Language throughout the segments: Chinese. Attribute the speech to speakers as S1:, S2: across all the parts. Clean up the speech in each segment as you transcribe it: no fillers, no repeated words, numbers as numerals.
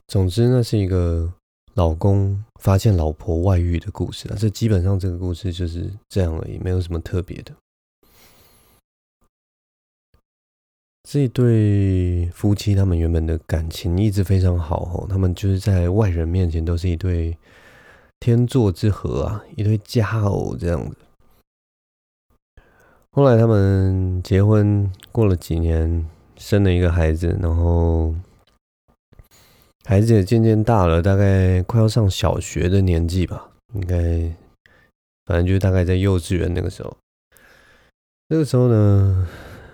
S1: 总之，那是一个老公发现老婆外遇的故事啊。这基本上这个故事就是这样而已，没有什么特别的。这一对夫妻他们原本的感情一直非常好哦，他们就是在外人面前都是一对天作之合啊，一对佳偶这样子。后来他们结婚过了几年，生了一个孩子，然后孩子也渐渐大了，大概快要上小学的年纪吧，应该反正就是大概在幼稚园那个时候。那个时候呢，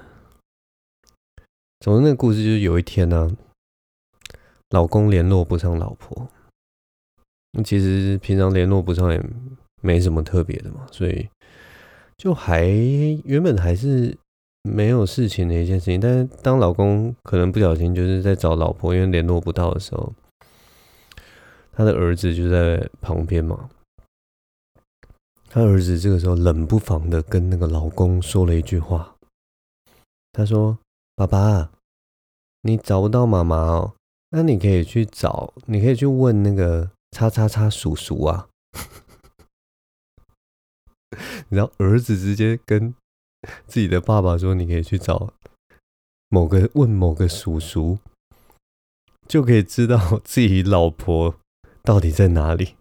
S1: 总之那个故事就是有一天呢、老公联络不上老婆，其实平常联络不上也没什么特别的嘛，所以就原本还是没有事情的一件事情。但是当老公可能不小心就是在找老婆，因为联络不到的时候，他的儿子就在旁边嘛。他儿子这个时候冷不防的跟那个老公说了一句话，他说：爸爸，你找不到妈妈哦，那你可以去找，你可以去问那个叉叉叉叔叔啊。然后儿子直接跟自己的爸爸说：“你可以去找问某个叔叔，就可以知道自己老婆到底在哪里。”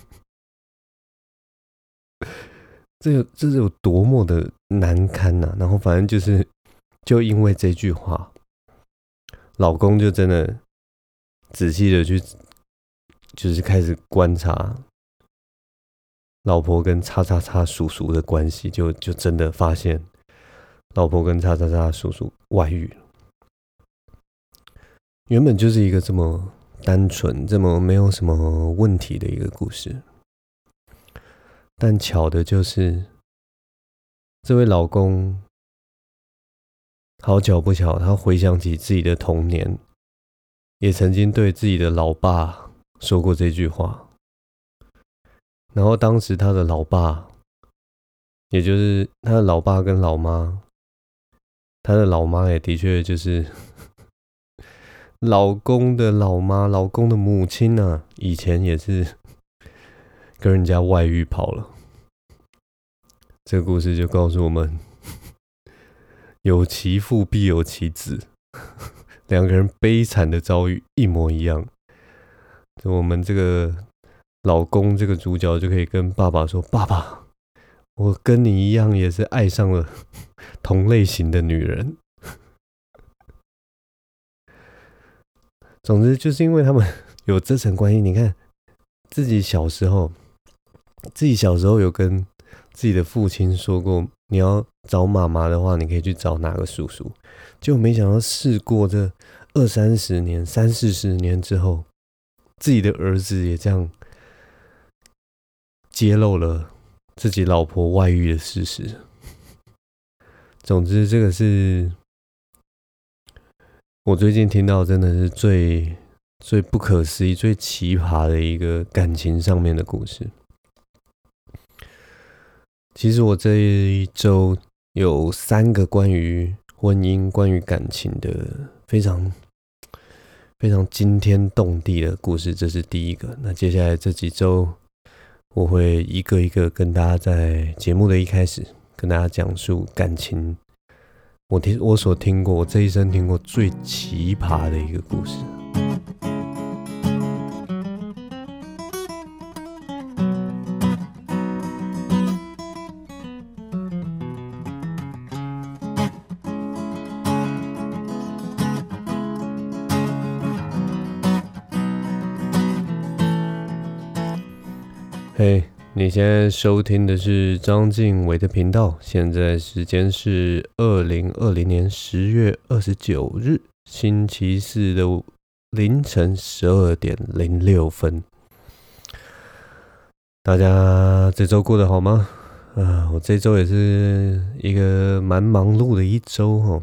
S1: 这是有多么的难堪呐、然后反正就因为这句话，老公就真的仔细的就是开始观察老婆跟叉叉叉叔叔的关系，就真的发现老婆跟叉叉叉叔叔外遇了。原本就是一个这么单纯、这么没有什么问题的一个故事，但巧的就是这位老公好巧不巧，他回想起自己的童年，也曾经对自己的老爸说过这句话。然后当时他的老爸，也就是他的老爸跟老妈，他的老妈也的确就是老公的老妈，老公的母亲啊，以前也是跟人家外遇跑了。这个故事就告诉我们，有其父必有其子，两个人悲惨的遭遇一模一样。就我们这个老公这个主角就可以跟爸爸说：“爸爸，我跟你一样，也是爱上了同类型的女人。”总之，就是因为他们有这层关系，你看自己小时候有跟自己的父亲说过，你要找妈妈的话，你可以去找哪个叔叔。结果没想到事过这20-30年、30-40年之后，自己的儿子也这样揭露了自己老婆外遇的事实。总之，这个是我最近听到真的是最不可思议、最奇葩的一个感情上面的故事。其实我这一周有3个关于婚姻、关于感情的非常非常惊天动地的故事，这是第一个。那接下来这几周，我会一个一个跟大家在节目的一开始跟大家讲述感情。我所听过，我这一生听过最奇葩的一个故事。嘿，你现在收听的是张敬伟的频道，现在时间是2020年10月29日星期四的凌晨12点06分。大家这周过得好吗？我这周也是一个蛮忙碌的一周哦。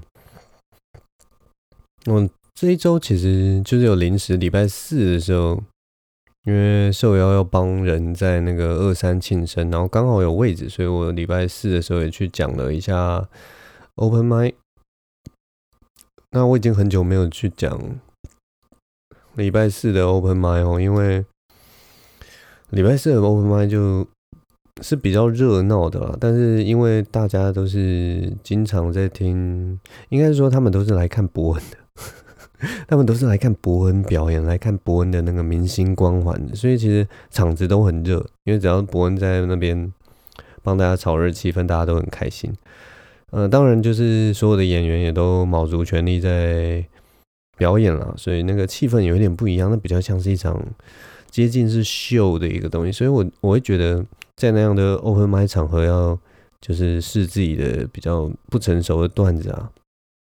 S1: 我这一周其实就是有临时礼拜4的时候，因为受邀要帮人在那个23庆生，然后刚好有位置，所以我礼拜4的时候也去讲了一下 Open Mic。那我已经很久没有去讲礼拜四的 Open m i d 因为礼拜四的 Open m i d 就是比较热闹的啦，但是因为大家都是经常在听，应该是说他们都是来看伯恩的。他们都是来看伯恩表演，来看伯恩的那个明星光环的，所以其实场子都很热，因为只要伯恩在那边帮大家炒热气氛，大家都很开心。当然就是所有的演员也都卯足全力在表演啦，所以那个气氛有一点不一样，那比较像是一场接近是秀的一个东西，所以我会觉得在那样的 open mic 场合要就是试自己的比较不成熟的段子啊。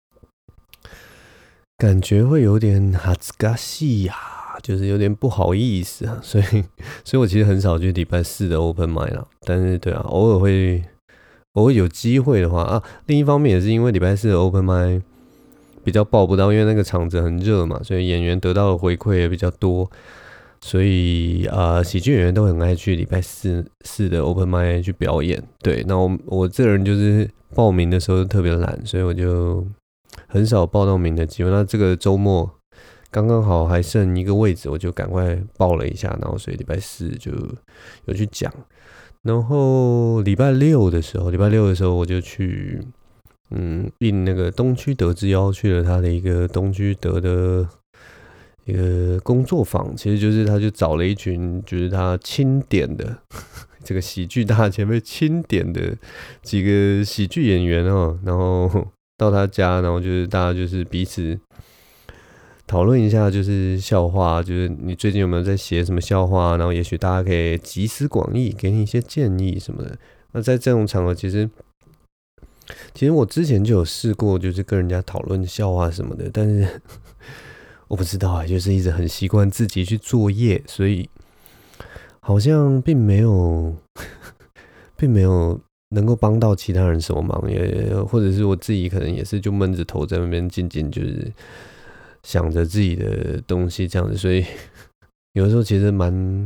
S1: 感觉会有点哈兹嘎西呀，就是有点不好意思啊，所以我其实很少去礼拜四的 open m i d 啦，但是对啊，偶尔有机会的话啊，另一方面也是因为礼拜四的 open m i d 比较报不到，因为那个场子很热嘛，所以演员得到的回馈也比较多，所以喜剧演员都很爱去礼拜四的 open m i d 去表演。对，那我这人就是报名的时候特别懒，所以我就很少报到名的机会。那这个周末刚刚好还剩一个位置，我就赶快报了一下，然后所以礼拜四就有去讲。然后礼拜六的时候我就去应那个东区德之邀去了他的一个东区德的一个工作坊，其实就是他就找了一群就是他钦点的这个喜剧大前辈钦点的几个喜剧演员哦，然后到他家，然后就是大家就是彼此讨论一下，就是笑话，就是你最近有没有在写什么笑话，然后也许大家可以集思广益，给你一些建议什么的。那在这种场合，其实我之前就有试过，就是跟人家讨论笑话什么的，但是我不知道啊，就是一直很习惯自己去作业，所以好像并没有能够帮到其他人什么忙，也或者是我自己可能也是就闷着头在那边静静就是想着自己的东西这样子，所以有的时候其实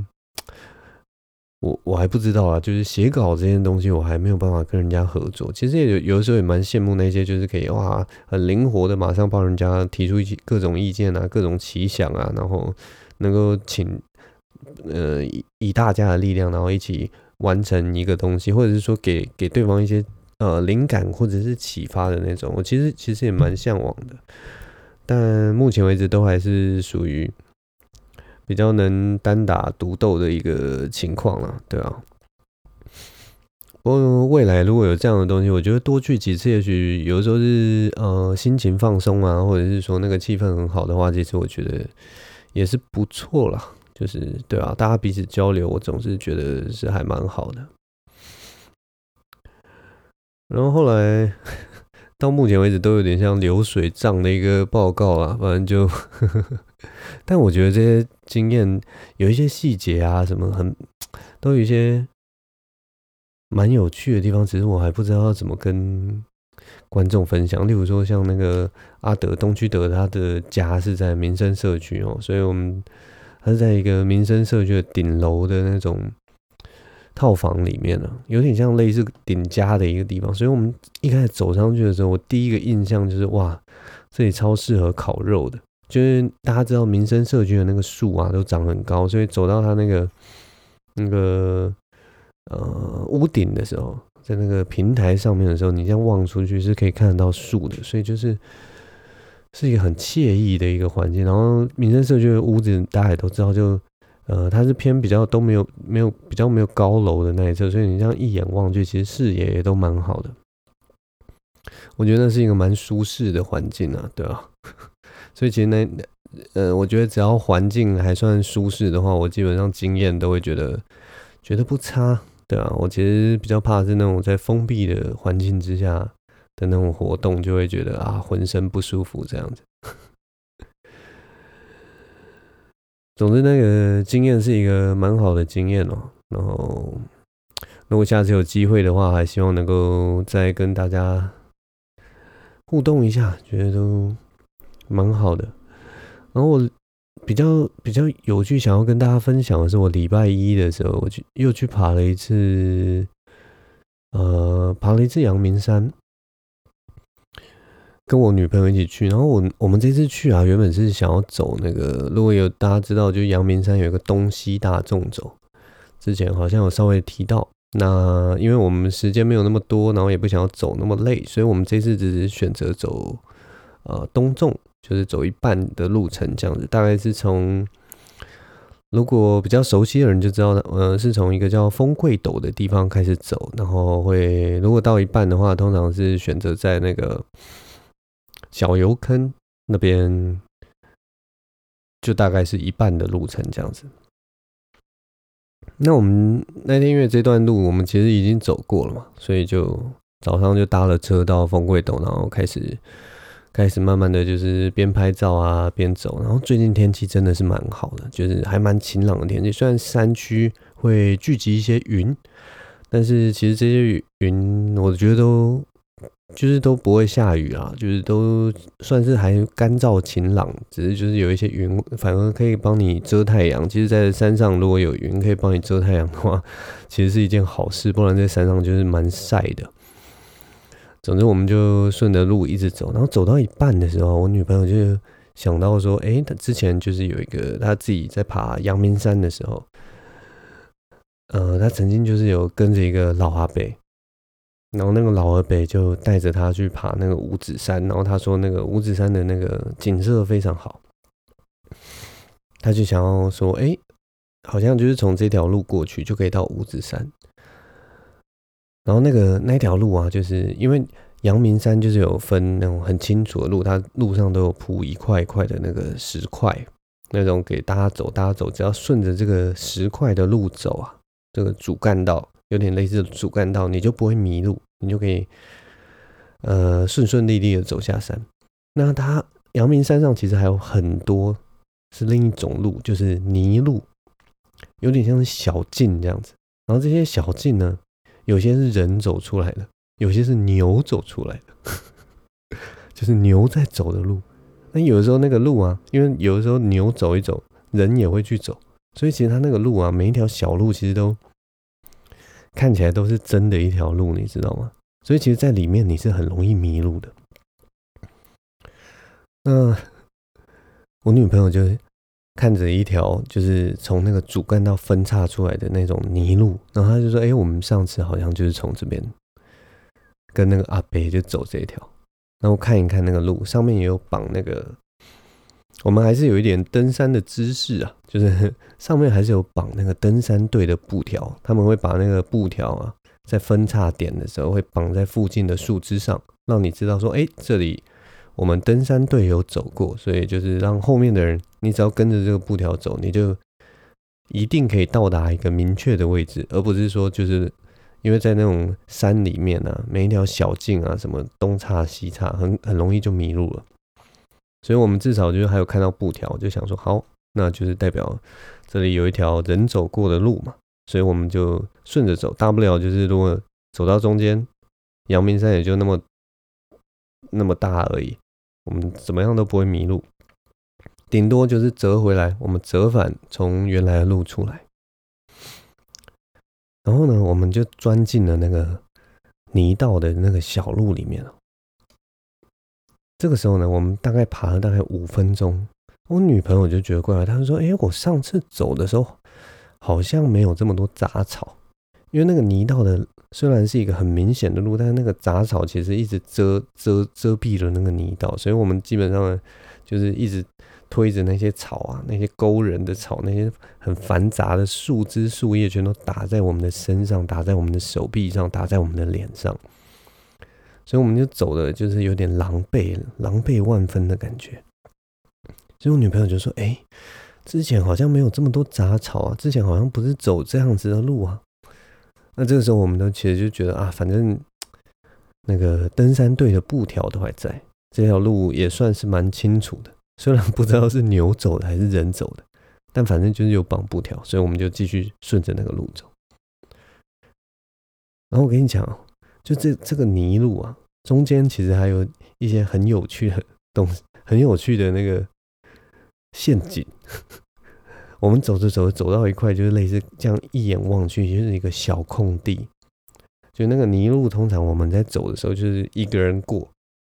S1: 我还不知道啊，就是写稿这件东西我还没有办法跟人家合作。其实也有的时候也蛮羡慕那些就是可以很灵活的马上帮人家提出各种意见啊，各种奇想啊，然后能够以大家的力量，然后一起完成一个东西，或者是说给对方一些灵感或者是启发的那种，我其实也蛮向往的，但目前为止都还是属于比较能单打独斗的一个情况啦，对啊。不过未来如果有这样的东西，我觉得多去几次，也许有的时候是心情放松啊，或者是说那个气氛很好的话，其实我觉得也是不错啦。就是对啊，大家彼此交流，我总是觉得是还蛮好的。然后后来到目前为止都有点像流水账的一个报告啦，反正就但我觉得这些经验有一些细节啊，什么都有一些蛮有趣的地方，只是我还不知道要怎么跟观众分享。例如说像那个东区德，他的家是在民生社区哦，所以他是在一个民生社区的顶楼的那种套房里面呢，有点像类似顶家的一个地方。所以我们一开始走上去的时候，我第一个印象就是哇，这里超适合烤肉的。就是大家知道民生社区的那个树啊，都长很高，所以走到他那个屋顶的时候，在那个平台上面的时候，你这样望出去是可以看得到树的，所以是一个很惬意的一个环境。然后民生社区的屋子大家也都知道，就它是偏比较都没有比较没有高楼的那一侧，所以你这样一眼望去，其实视野也都蛮好的。我觉得那是一个蛮舒适的环境啊，对啊。所以其实我觉得只要环境还算舒适的话，我基本上经验都会觉得不差，对啊。我其实比较怕的是那种在封闭的环境之下的那种活动，就会觉得浑身不舒服这样子。总之，那个经验是一个蛮好的经验哦。然后，如果下次有机会的话，还希望能够再跟大家互动一下，觉得都蛮好的。然后我比较有趣，想要跟大家分享的是，我礼拜一的时候，我又去爬了一次阳明山。 跟我女朋友一起去，然后我们这次去啊，原本是想要走那个，如果有大家知道，就阳明山有一个东西大纵走，之前好像有稍微提到。那因为我们时间没有那么多，然后也不想要走那么累，所以我们这次只是选择走东纵，就是走一半的路程这样子，大概是从如果比较熟悉的人就知道，是从一个叫丰贵斗的地方开始走，然后如果到一半的话，通常是选择在那个小油坑那边，就大概是一半的路程这样子。那我们那天因为这段路我们其实已经走过了嘛，所以就早上就搭了车到丰贵斗，然后开始慢慢的就是边拍照啊边走，然后最近天气真的是蛮好的，就是还蛮晴朗的天气。虽然山区会聚集一些云，但是其实这些云我觉得都不会下雨啊，就是都算是还干燥晴朗，只是就是有一些云反而可以帮你遮太阳。其实，在山上如果有云可以帮你遮太阳的话，其实是一件好事，不然在山上就是蛮晒的。总之，我们就顺着路一直走，然后走到一半的时候，我女朋友就想到说，她之前就是有一个她自己在爬阳明山的时候，她曾经就是有跟着一个老阿伯，然后那个老阿伯就带着她去爬那个五指山，然后她说那个五指山的那个景色非常好，她就想要说，好像就是从这条路过去就可以到五指山。然后那条路啊，就是因为阳明山就是有分那种很清楚的路，它路上都有铺一块一块的那个石块，那种给大家走，只要顺着这个石块的路走啊，这个主干道有点类似的主干道，你就不会迷路，你就可以顺利的走下山。那阳明山上其实还有很多是另一种路，就是泥路，有点像是小径这样子。然后这些小径呢，有些是人走出来的，有些是牛走出来的，就是牛在走的路。那有的时候那个路啊，因为有的时候牛走一走，人也会去走，所以其实它那个路啊，每一条小路其实都看起来都是真的一条路，你知道吗？所以其实在里面你是很容易迷路的。那我女朋友就看着一条就是从那个主干道分叉出来的那种泥路，然后他就说：“我们上次好像就是从这边跟那个阿伯就走这一条。”然后看一看那个路上面也有绑那个，我们还是有一点登山的知识啊，就是上面还是有绑那个登山队的布条，他们会把那个布条啊，在分叉点的时候会绑在附近的树枝上，让你知道说，这里我们登山队有走过，所以就是让后面的人，你只要跟着这个布条走，你就一定可以到达一个明确的位置，而不是说就是因为在那种山里面啊，每一条小径啊，什么东岔西岔，很容易就迷路了。所以我们至少就是还有看到布条，就想说好，那就是代表这里有一条人走过的路嘛，所以我们就顺着走，大不了就是如果走到中间，阳明山也就那么大而已。我们怎么样都不会迷路，顶多就是折回来，我们折返从原来的路出来。然后呢，我们就钻进了那个泥道的那个小路里面了。这个时候呢，我们大概爬了大概5分钟，我女朋友就觉得怪怪，她就说：“我上次走的时候好像没有这么多杂草，因为那个泥道的虽然是一个很明显的路，但是那个杂草其实一直遮蔽了那个泥道，所以我们基本上呢就是一直推着那些草啊，那些勾人的草，那些很繁杂的树枝树叶，全都打在我们的身上，打在我们的手臂上，打在我们的脸上，所以我们就走的就是有点狼狈万分的感觉。所以我女朋友就说：“之前好像没有这么多杂草啊，之前好像不是走这样子的路啊。”那这个时候我们都其实就觉得啊，反正那个登山队的布条都还在，这条路也算是蛮清楚的。虽然不知道是牛走的还是人走的，但反正就是有绑布条，所以我们就继续顺着那个路走。然后我跟你讲，就这个泥路啊，中间其实还有一些很有趣的东西，很有趣的那个陷阱。我们走着走着走到一块，就是类似这样一眼望去就是一个小空地，就那个泥路，通常我们在走的时候就是一个人过，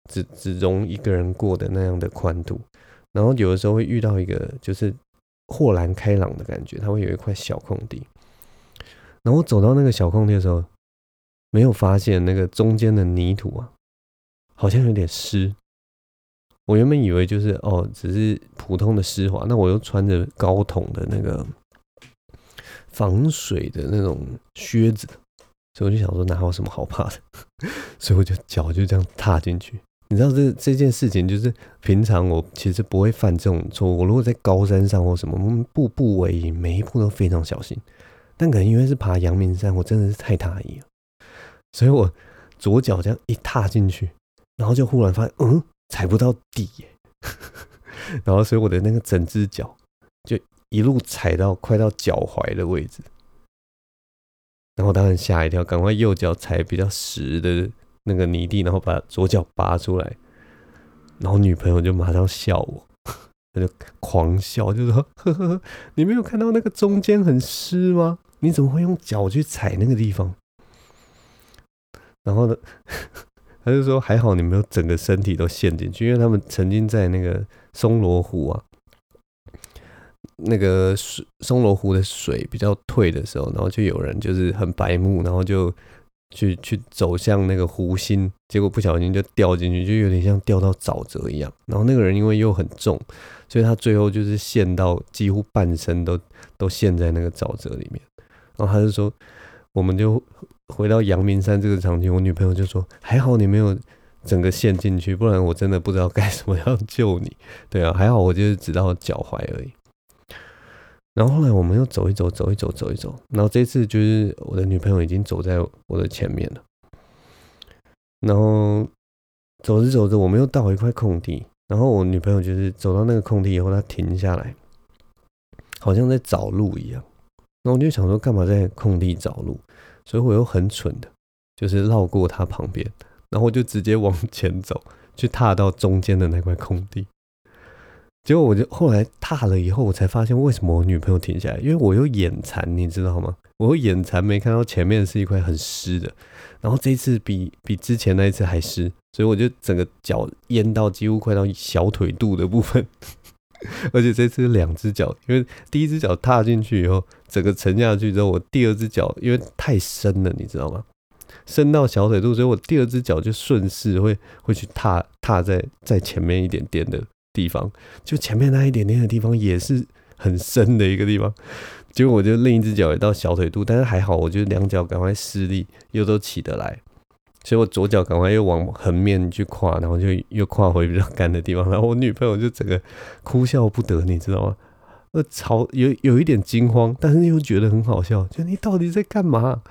S1: 只容一个人过的那样的宽度。然后有的时候会遇到一个就是豁然开朗的感觉，它会有一块小空地。然后我走到那个小空地的时候，没有发现那个中间的泥土啊，好像有点湿。我原本以为就是只是普通的湿滑，那我又穿着高筒的那个防水的那种靴子，所以我就想说哪有什么好怕的，所以我就脚就这样踏进去。你知道这件事情就是平常我其实不会犯这种错误。我如果在高山上或什么，我们步步为营，每一步都非常小心。但可能因为是爬阳明山，我真的是太大意了，所以我左脚这样一踏进去，然后就忽然发现，踩不到底耶，然后所以我的那个整只脚就一路踩到快到脚踝的位置，然后当然吓一跳，赶快右脚踩比较实的那个泥地，然后把左脚拔出来，然后女朋友就马上笑我，她就狂笑，就说：“呵呵呵，你没有看到那个中间很湿吗？你怎么会用脚去踩那个地方？”然后呢，他就说：“还好你没有整个身体都陷进去，因为他们曾经在那个松罗湖啊，那个松罗湖的水比较退的时候，然后就有人就是很白目，然后就去走向那个湖心，结果不小心就掉进去，就有点像掉到沼泽一样。然后那个人因为又很重，所以他最后就是陷到几乎半身都陷在那个沼泽里面。然后他就说，我们就回到阳明山这个场景，我女朋友就说：还好你没有整个陷进去，不然我真的不知道该怎么样救你。对啊，还好我就是只到脚踝而已。然后后来我们又走一走，然后这次就是我的女朋友已经走在我的前面了。然后走着，我们又到一块空地，然后我女朋友就是走到那个空地以后，她停下来，好像在找路一样。然后我就想说，干嘛在空地找路？所以我又很蠢的，就是绕过她旁边，然后我就直接往前走，去踏到中间的那块空地。结果我就后来踏了以后，我才发现为什么我女朋友停下来，因为我有眼馋，你知道吗？我有眼馋，没看到前面是一块很湿的，然后这一次比之前那一次还湿，所以我就整个脚淹到几乎快到小腿肚的部分，而且这次两只脚，因为第一只脚踏进去以后，整个沉下去之后，我第二只脚因为太深了，你知道吗？深到小腿肚，所以我第二只脚就顺势会去踏在前面一点点的地方，就前面那一点点的地方也是很深的一个地方，结果我就另一只脚也到小腿肚，但是还好，我就两脚赶快施力，又都起得来，所以我左脚赶快又往横面去跨，然后就又跨回比较干的地方，然后我女朋友就整个哭笑不得，你知道吗？有一点惊慌，但是又觉得很好笑，就你到底在干嘛？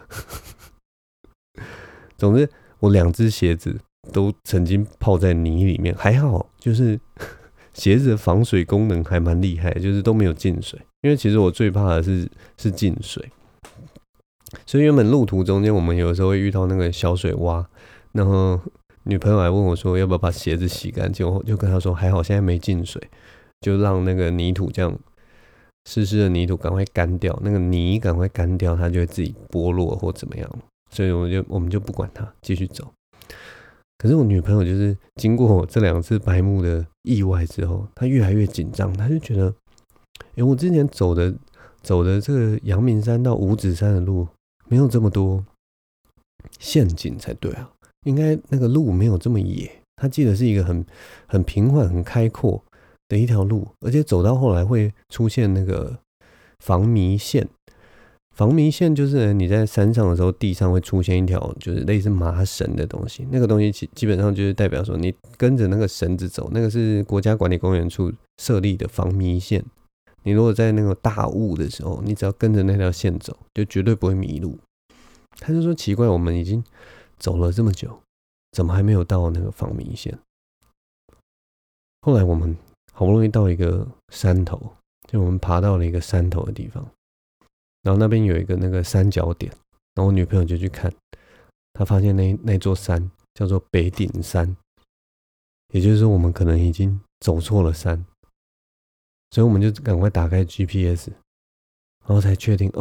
S1: 总之，我两只鞋子都曾经泡在泥里面，还好就是鞋子的防水功能还蛮厉害，就是都没有进水。因为其实我最怕的是进水，所以原本路途中间我们有时候会遇到那个小水洼，然后女朋友还问我说要不要把鞋子洗干净，我就跟她说还好现在没进水，就让那个泥土这样湿湿的泥土赶快干掉，那个泥赶快干掉，它就会自己剥落或怎么样。所以我们就不管它，继续走。可是我女朋友就是经过我这两次白目的意外之后，她越来越紧张，她就觉得，我之前走的这个阳明山到五指山的路没有这么多陷阱才对啊，应该那个路没有这么野。她记得是一个很平缓、很开阔的一条路，而且走到后来会出现那个防迷线。防迷线就是你在山上的时候，地上会出现一条就是类似麻绳的东西，那个东西基本上就是代表说你跟着那个绳子走，那个是国家管理公园处设立的防迷线。你如果在那个大雾的时候，你只要跟着那条线走，就绝对不会迷路。他就说奇怪，我们已经走了这么久，怎么还没有到那个防迷线？后来我们好不容易到一个山头，就我们爬到了一个山头的地方。然后那边有一个那个三角点，然后我女朋友就去看，她发现那座山叫做北顶山，也就是说我们可能已经走错了山，所以我们就赶快打开 GPS， 然后才确定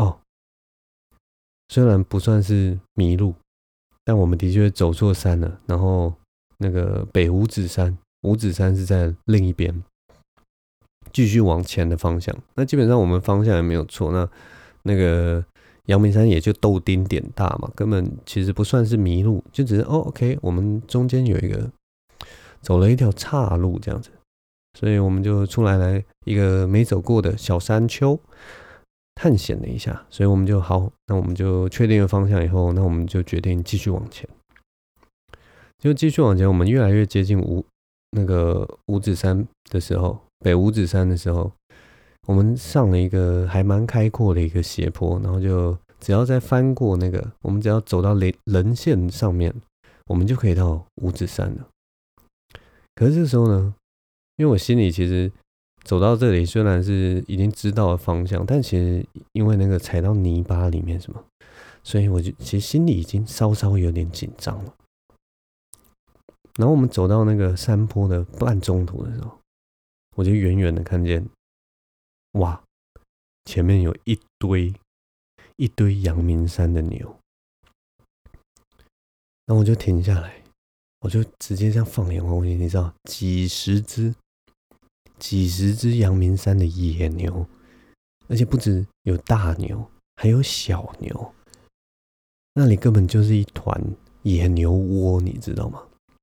S1: 虽然不算是迷路，但我们的确走错山了，然后那个北五指山，五指山是在另一边，继续往前的方向。那基本上我们方向也没有错，那个阳明山也就豆丁点大嘛，根本其实不算是迷路，就只是OK， 我们中间有一个走了一条岔路这样子，所以我们就出来一个没走过的小山丘。探险了一下，所以我们就好，那我们就确定了方向以后，那我们就决定继续往前。就继续往前，我们越来越接近那个五指山的时候，北五指山的时候，我们上了一个还蛮开阔的一个斜坡，然后就只要再翻过那个，我们只要走到人线上面，我们就可以到五指山了。可是这时候呢，因为我心里其实走到这里虽然是已经知道了方向，但其实因为那个踩到泥巴里面什么，所以我就其实心里已经稍稍有点紧张了。然后我们走到那个山坡的半中途的时候，我就远远的看见，哇，前面有一堆阳明山的牛。然后我就停下来，我就直接这样放眼望去，你知道，几十只阳明山的野牛，而且不止有大牛，还有小牛，那里根本就是一团野牛窝，你知道吗？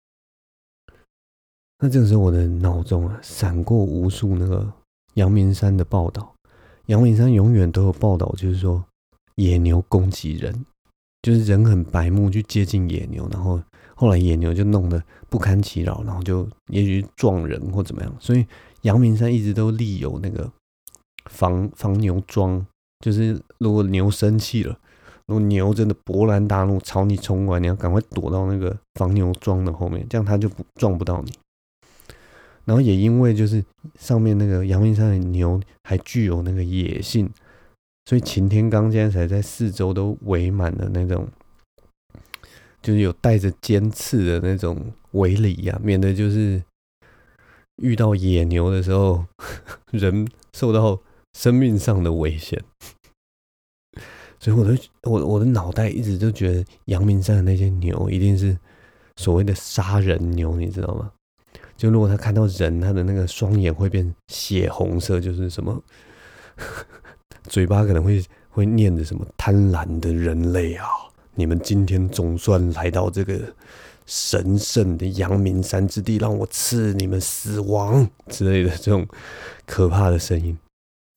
S1: 那这个时候我的脑中闪过无数那个阳明山的报道，阳明山永远都有报道，就是说野牛攻击人，就是人很白目去接近野牛，然后后来野牛就弄得不堪其扰，然后就也许撞人或怎么样，所以阳明山一直都立有那个防牛桩，就是如果牛生气了，如果牛真的勃然大怒朝你冲过来，你要赶快躲到那个防牛桩的后面，这样它就撞不到你。然后也因为就是上面那个阳明山的牛还具有那个野性，所以擎天岗现在才在四周都围满了那种，就是有带着尖刺的那种围篱啊，免得就是遇到野牛的时候，人受到生命上的危险。所以我的脑袋一直就觉得阳明山的那些牛一定是所谓的杀人牛，你知道吗？就如果他看到人，他的那个双眼会变血红色，就是什么嘴巴可能会念着什么贪婪的人类啊，你们今天总算来到这个神圣的阳明山之地，让我赐你们死亡之类的这种可怕的声音。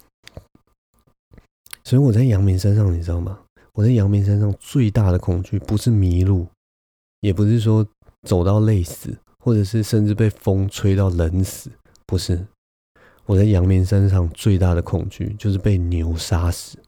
S1: 所以我在阳明山上，你知道吗？我在阳明山上最大的恐惧不是迷路，也不是说走到累死，或者是甚至被风吹到冷死，不是。我在阳明山上最大的恐惧就是被牛杀死。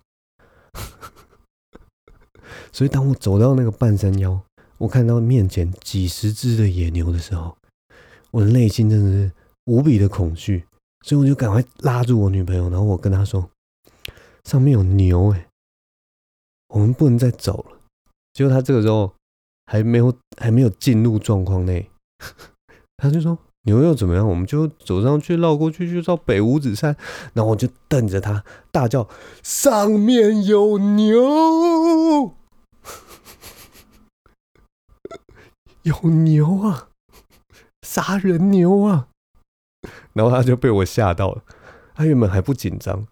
S1: 所以当我走到那个半山腰，我看到面前几十只的野牛的时候，我的内心真的是无比的恐惧，所以我就赶快拉住我女朋友，然后我跟她说，上面有牛我们不能再走了。结果她这个时候还没有进入状况内，她就说牛又怎么样？我们就走上去绕过去就到北五指山。然后我就瞪着她大叫，上面有牛，有牛啊，杀人牛啊！然后她就被我吓到了，她原本还不紧张，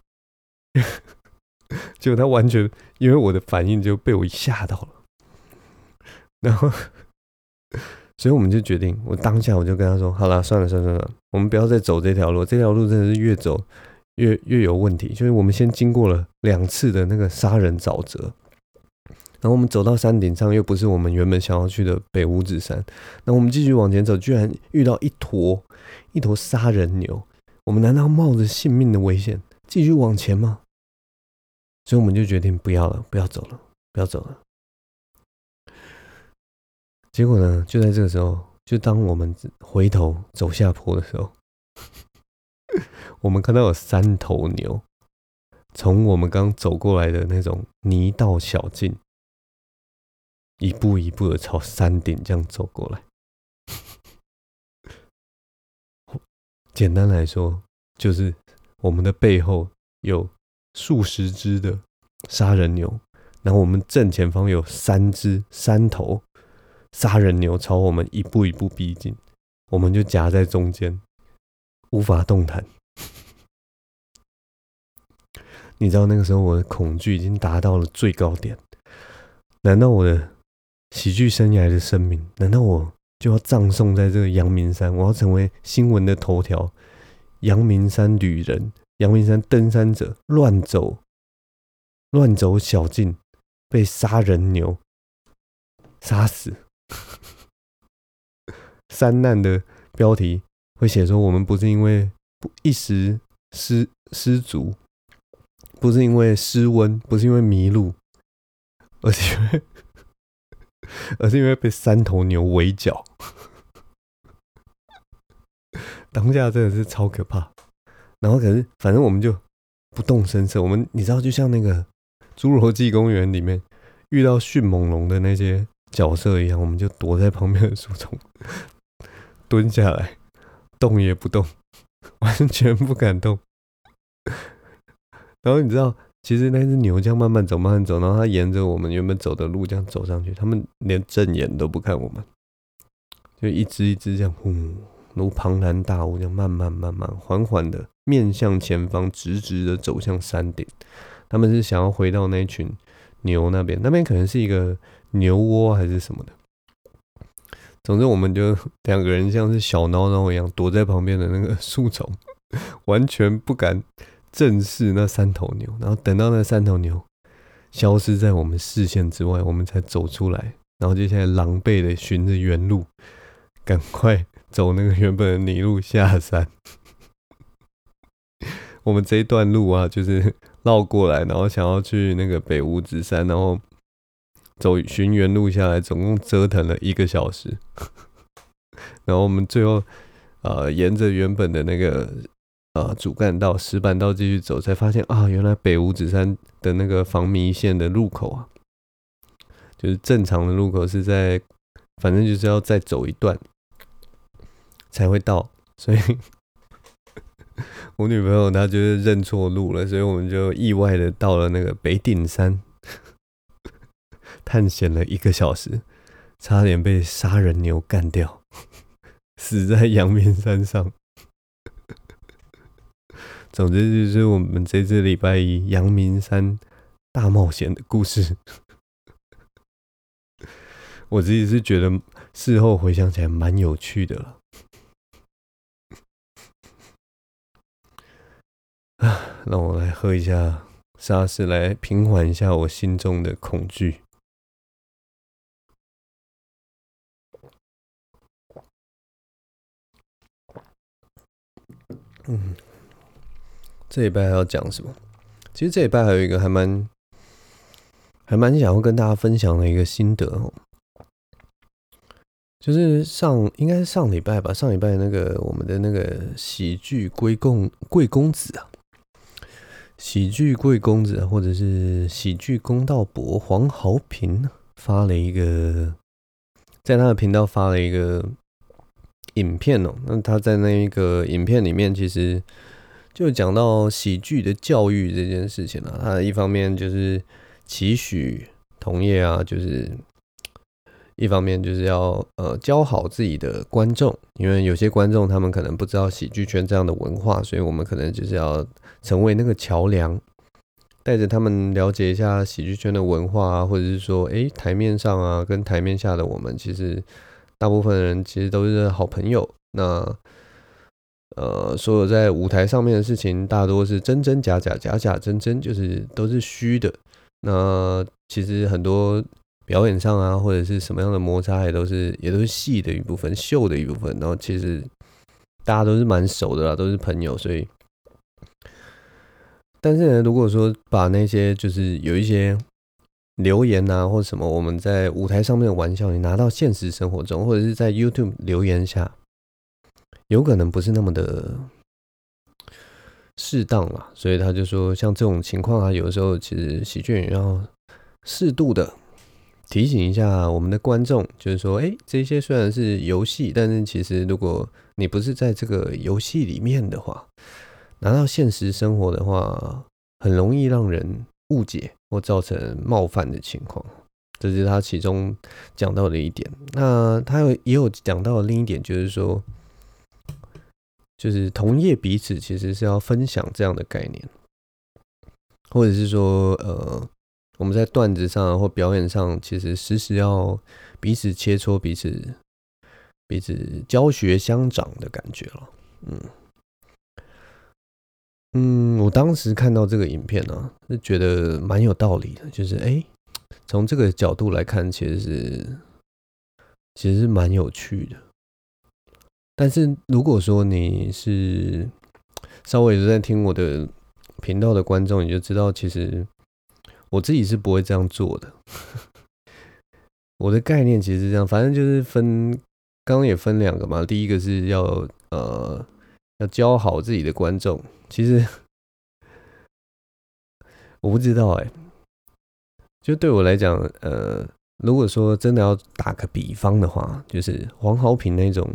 S1: 结果她完全因为我的反应就被我吓到了。然后所以我们就决定，我当下我就跟他说，好啦，算了，我们不要再走这条路，这条路真的是越走越有问题。就是我们先经过了2次的那个杀人沼泽，然后我们走到山顶上，又不是我们原本想要去的北五指山，那我们继续往前走，居然遇到一坨杀人牛，我们难道冒着性命的危险继续往前吗？所以我们就决定不要了，不要走了。结果呢，就在这个时候，就当我们回头走下坡的时候，我们看到有3头牛从我们刚走过来的那种泥道小径，一步一步的朝山顶这样走过来。简单来说，就是我们的背后有数十只的杀人牛，然后我们正前方有3头杀人牛朝我们一步一步逼近，我们就夹在中间，无法动弹。你知道那个时候我的恐惧已经达到了最高点，难道我的喜剧生涯的生命，难道我就要葬送在这个阳明山？我要成为新闻的头条，阳明山旅人，阳明山登山者乱走小径，被杀人牛杀死。山难的标题会写说，我们不是因为一时失足，不是因为失温，不是因为迷路，而是因为被3头牛围剿。当下真的是超可怕。然后可是反正我们就不动声色，你知道就像那个侏罗纪公园里面遇到迅猛龙的那些角色一样，我们就躲在旁边的树丛蹲下来，动也不动，完全不敢动。然后你知道其实那只牛这样慢慢走，然后它沿着我们原本走的路这样走上去，他们连正眼都不看我们，就一只一只这样如庞然大物这样慢慢缓缓的面向前方，直直的走向山顶。他们是想要回到那群牛那边可能是一个牛窝还是什么的。总之我们就2个人像是小孬孬一样躲在旁边的那个树丛，完全不敢正视那3头牛。然后等到那3头牛消失在我们视线之外，我们才走出来。然后接下来狼狈的循着原路，赶快走那个原本的泥路下山。我们这一段路啊，就是绕过来，然后想要去那个北五指山，然后循原路下来，总共折腾了1个小时。然后我们最后沿着原本的那个主干道石板道继续走，才发现原来北五指山的那个防迷线的路口啊，就是正常的路口是在，反正就是要再走一段才会到。所以我女朋友她就是认错路了，所以我们就意外的到了那个北顶山，探险了1个小时，差点被杀人牛干掉，死在阳明山上。总之就是我们这次礼拜1阳明山大冒险的故事。我自己是觉得事后回想起来蛮有趣的了。让我来喝一下沙士，来平缓一下我心中的恐惧。这礼拜还要讲什么？其实这礼拜还有一个还蛮想要跟大家分享的一个心得哦，就是应该是上礼拜吧，上礼拜那个我们的那个喜剧贵公子啊，喜剧贵公子或者是喜剧公道伯黄豪平发了一个，在他的频道发了一个影片哦。那他在那一个影片里面，其实就讲到喜剧的教育这件事情啊。他一方面就是期许同业啊，就是一方面就是要教好自己的观众，因为有些观众他们可能不知道喜剧圈这样的文化，所以我们可能就是要成为那个桥梁，带着他们了解一下喜剧圈的文化啊，或者是说台面上啊跟台面下的我们，其实大部分人其实都是好朋友。那所有在舞台上面的事情大多是真真假假，假假真真，就是都是虚的。那其实很多表演上啊，或者是什么样的摩擦也都是戏的一部分，秀的一部分。然后其实大家都是蛮熟的啦，都是朋友，所以但是呢，如果说把那些就是有一些留言啊或什么我们在舞台上面的玩笑，你拿到现实生活中，或者是在 YouTube 留言下，有可能不是那么的适当啦。所以他就说像这种情况啊，有的时候其实喜剧演员要适度的提醒一下我们的观众，就是说这些虽然是游戏，但是其实如果你不是在这个游戏里面的话，拿到现实生活的话，很容易让人误解或造成冒犯的情况。 这是他其中讲到的一点。那他也有讲到的另一点，就是说，就是同业彼此其实是要分享这样的概念，或者是说，我们在段子上或表演上，其实时要彼此切磋、彼此教学相长的感觉了。我当时看到这个影片呢，是觉得蛮有道理的，就是从这个角度来看，其实是蛮有趣的。但是如果说你是稍微有在听我的频道的观众，你就知道，其实我自己是不会这样做的。我的概念其实是这样，反正就是刚刚也分两个嘛。第一个是要教好自己的观众，其实我不知道就对我来讲，如果说真的要打个比方的话，就是黄豪平那种，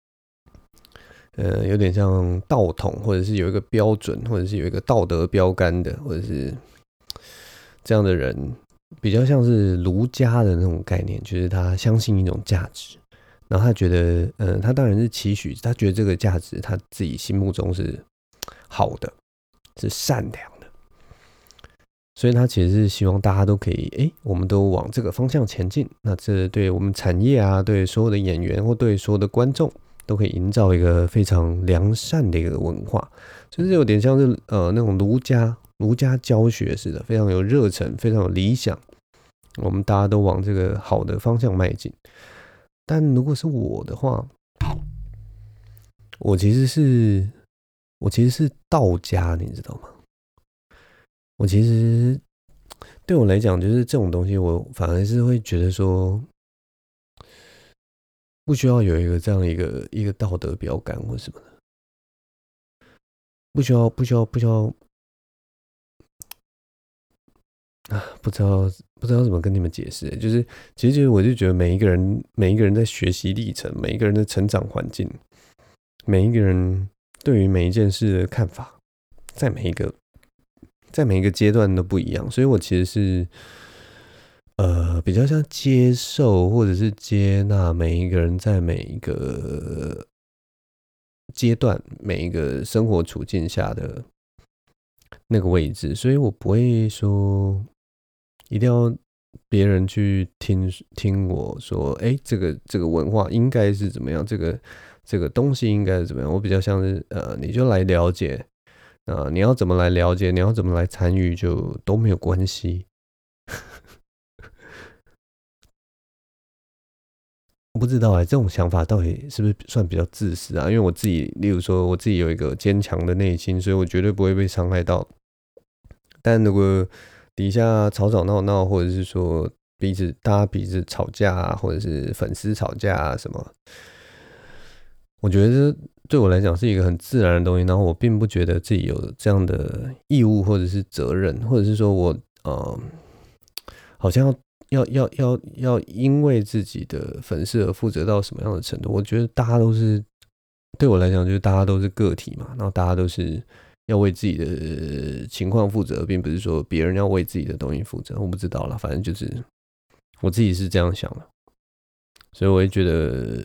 S1: 有点像道统，或者是有一个标准，或者是有一个道德标杆的，或者是这样的人，比较像是儒家的那种概念，就是他相信一种价值，然后他觉得，他当然是期许，他觉得这个价值他自己心目中是好的，是善良的，所以他其实是希望大家都可以，我们都往这个方向前进。那这对我们产业啊，对所有的演员或对所有的观众，都可以营造一个非常良善的一个文化，就是有点像是那种儒家教学似的，非常有热忱，非常有理想。我们大家都往这个好的方向迈进。但如果是我的话，我其实是道家，你知道吗？我其实对我来讲，就是这种东西，我反而是会觉得说，不需要有一个这样一个道德标杆或什么的，不需要不知道怎么跟你们解释，就是其实我就觉得每一个人在学习历程，每一个人的成长环境，每一个人对于每一件事的看法，在每一个阶段都不一样，所以我其实是比较像接受或者是接纳每一个人在每一个阶段、每一个生活处境下的那个位置，所以我不会说一定要别人去听我说，这个文化应该是怎么样，这个东西应该是怎么样。我比较像是你就来了解，你要怎么来了解，你要怎么来参与，就都没有关系。我不知道这种想法到底是不是算比较自私啊？因为我自己，例如说我自己有一个坚强的内心，所以我绝对不会被伤害到。但如果底下吵吵闹闹，或者是说大家彼此吵架啊，或者是粉丝吵架啊什么，我觉得这对我来讲是一个很自然的东西。然后我并不觉得自己有这样的义务或者是责任，或者是说我好像要因为自己的粉丝而负责到什么样的程度？我觉得大家都是对我来讲，就是大家都是个体嘛，然后大家都是要为自己的情况负责，并不是说别人要为自己的东西负责。我不知道啦，反正就是我自己是这样想的，所以我会觉得，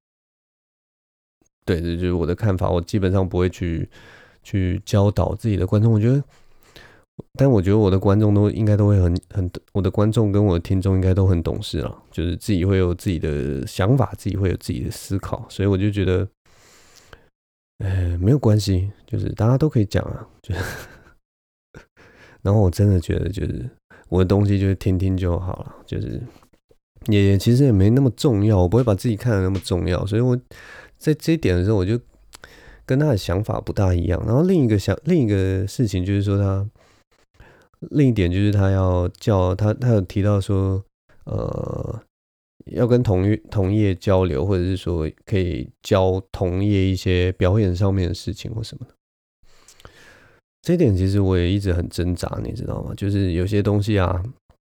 S1: 对，这就是我的看法。我基本上不会去教导自己的观众。但我觉得我的观众应该都会我的观众跟我的听众应该都很懂事啊，就是自己会有自己的想法，自己会有自己的思考，所以我就觉得，没有关系，就是大家都可以讲啊，然后我真的觉得，就是我的东西就是听听就好了，就是其实也没那么重要，我不会把自己看得那么重要，所以我在这一点的时候，我就跟他的想法不大一样。然后另一个事情就是说另一点就是他要他有提到说，要跟同业交流，或者是说可以教同业一些表演上面的事情或什么的。这一点其实我也一直很挣扎，你知道吗？就是有些东西啊，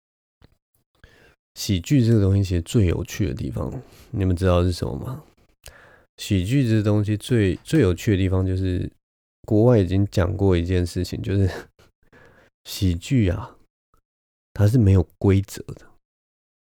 S1: 喜剧这个东西其实最有趣的地方，你们知道是什么吗？喜剧这个东西最有趣的地方就是国外已经讲过一件事情，就是喜剧啊，它是没有规则的。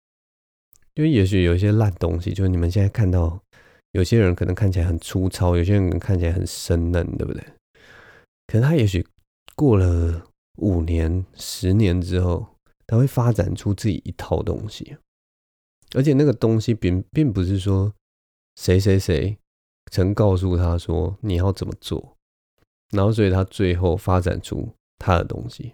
S1: 因为也许有一些烂东西，就是你们现在看到，有些人可能看起来很粗糙，有些人可能看起来很生嫩，对不对？可是他也许过了5年、10年之后，他会发展出自己一套东西，而且那个东西并不是说谁谁谁曾告诉他说你要怎么做，然后所以他最后发展出他的东西。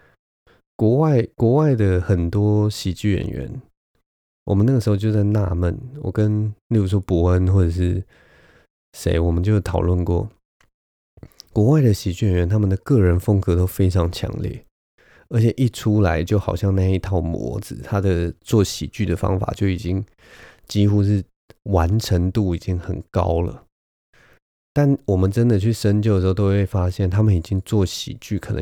S1: 国外的很多喜剧演员，我们那个时候就在纳闷，我跟例如说伯恩或者是谁，我们就讨论过，国外的喜剧演员他们的个人风格都非常强烈，而且一出来就好像那一套模子，他的做喜剧的方法就已经几乎是完成度已经很高了。但我们真的去深究的时候，都会发现他们已经做喜剧，可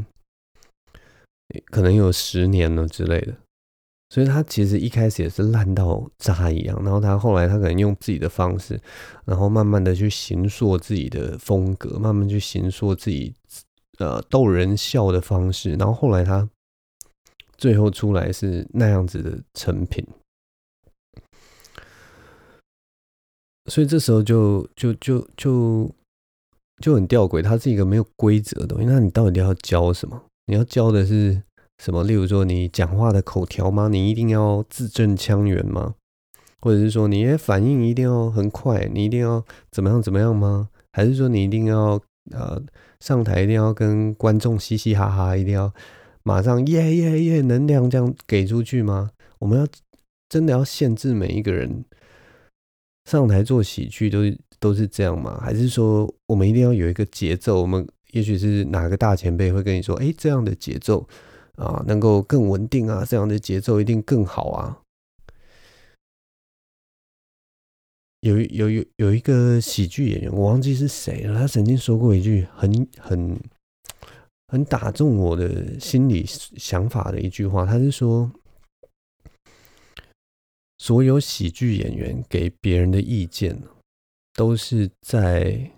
S1: 能有10年了之类的。所以他其实一开始也是烂到渣一样，然后他后来他可能用自己的方式，然后慢慢的去形塑自己的风格，慢慢去形塑自己逗人笑的方式，然后后来他最后出来是那样子的成品。所以这时候就很吊诡，它是一个没有规则的东西。那你到底要教什么？你要教的是什么？例如说，你讲话的口条吗？你一定要字正腔圆吗？或者是说，你的反应一定要很快？你一定要怎么样怎么样吗？还是说，你一定要上台一定要跟观众嘻嘻哈哈，一定要马上耶耶耶能量这样给出去吗？我们要真的要限制每一个人上台做喜剧都是这样吗？还是说我们一定要有一个节奏？我们也许是哪个大前辈会跟你说，这样的节奏啊，能够更稳定啊，这样的节奏一定更好啊。有一个喜剧演员，我忘记是谁了，他曾经说过一句很打中我的心理想法的一句话，他是说，所有喜剧演员给别人的意见都是在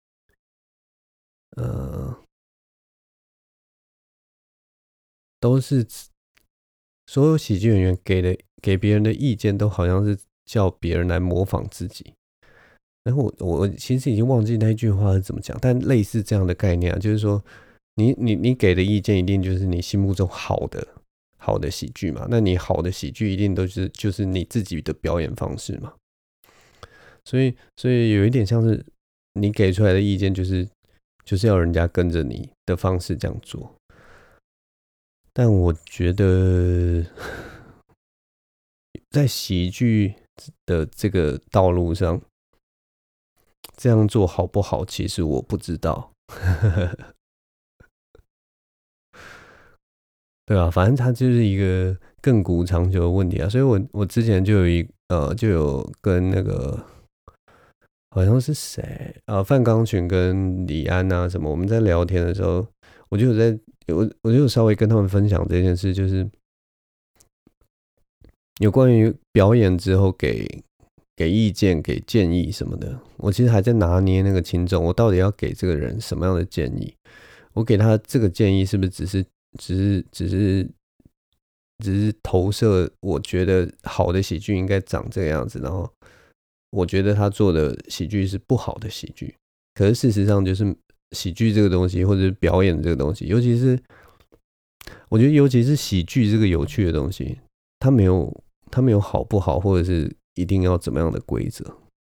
S1: 都是所有喜剧演员给别人的意见都好像是叫别人来模仿自己。然后我其实已经忘记那一句话是怎么讲，但类似这样的概念啊，就是说你给的意见一定就是你心目中好的喜剧嘛，那你好的喜剧一定就是你自己的表演方式嘛。所以有一点像是你给出来的意见就是要人家跟着你的方式这样做。但我觉得在喜剧的这个道路上，这样做好不好，其实我不知道。对啊，反正它就是一个亘古长久的问题啊。所以我之前就有跟那个好像是谁范钢群跟李安啊什么，我们在聊天的时候，我就有稍微跟他们分享这件事，就是有关于表演之后给意见、给建议什么的，我其实还在拿捏那个轻重，我到底要给这个人什么样的建议？我给他这个建议是不是只是投射？我觉得好的喜剧应该长这个样子，然后我觉得他做的喜剧是不好的喜剧。可是事实上，就是喜剧这个东西，或者是表演这个东西，我觉得尤其是喜剧这个有趣的东西，它没有好不好，或者是一定要怎么样的规则。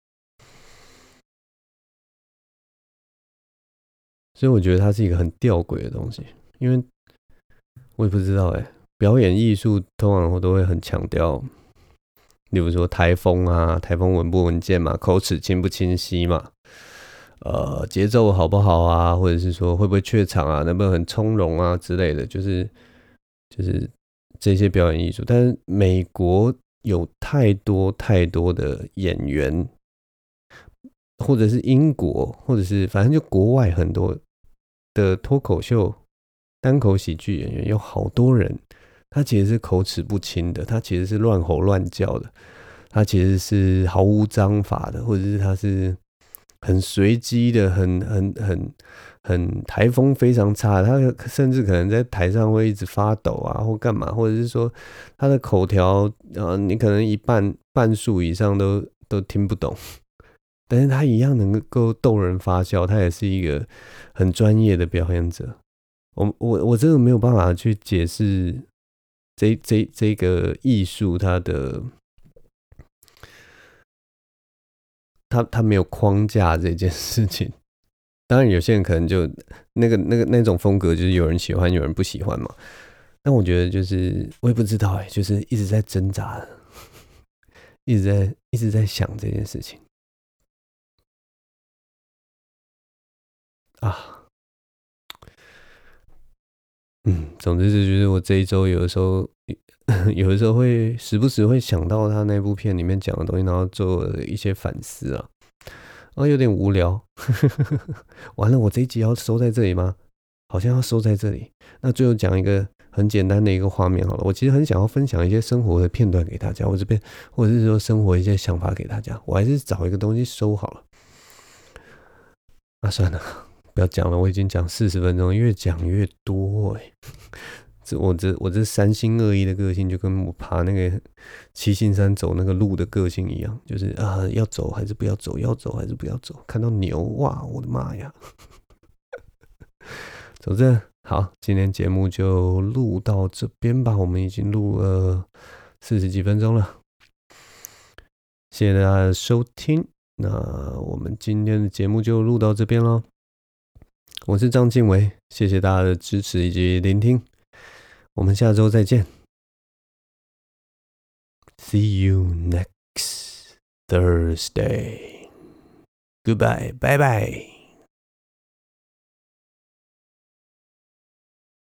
S1: 所以我觉得它是一个很吊诡的东西，因为我也不知道表演艺术通常我都会很强调，例如说台风啊，台风稳不稳健嘛，口齿清不清晰嘛，节奏好不好啊，或者是说会不会怯场啊，能不能很从容啊之类的，就是这些表演艺术。但是美国有太多的演员，或者是英国，或者是反正就国外很多的脱口秀、单口喜剧演员，有好多人，他其实是口齿不清的，他其实是乱吼乱叫的，他其实是毫无章法的，或者是他是很随机的，很台风非常差，他甚至可能在台上会一直发抖啊，或干嘛，或者是说他的口条你可能半数以上都听不懂，但是他一样能够逗人发笑，他也是一个很专业的表演者。我真的没有办法去解释这个艺术它没有框架这件事情。当然有些人可能就那种风格，就是有人喜欢，有人不喜欢嘛。但我觉得就是我也不知道就是一直在挣扎，一直在想这件事情啊。总之这就是我这一周有的时候有的时候会时不时会想到他那部片里面讲的东西，然后做一些反思啊。有点无聊。完了，我这一集要收在这里吗？好像要收在这里。那最后讲一个很简单的一个画面好了。我其实很想要分享一些生活的片段给大家，我这边或者是说生活一些想法给大家。我还是找一个东西收好了。算了，不要讲了，我已经讲40分钟，越讲越多我这三心二意的个性，就跟我爬那个七星山走那个路的个性一样，就是要走还是不要走，要走还是不要走。看到牛，哇，我的妈呀！总之，好，今天节目就录到这边吧。我们已经录了40几分钟了，谢谢大家的收听。那我们今天的节目就录到这边咯。我是张敬伟，谢谢大家的支持以及聆听。我们下周再见。See you next Thursday. Goodbye. Bye bye.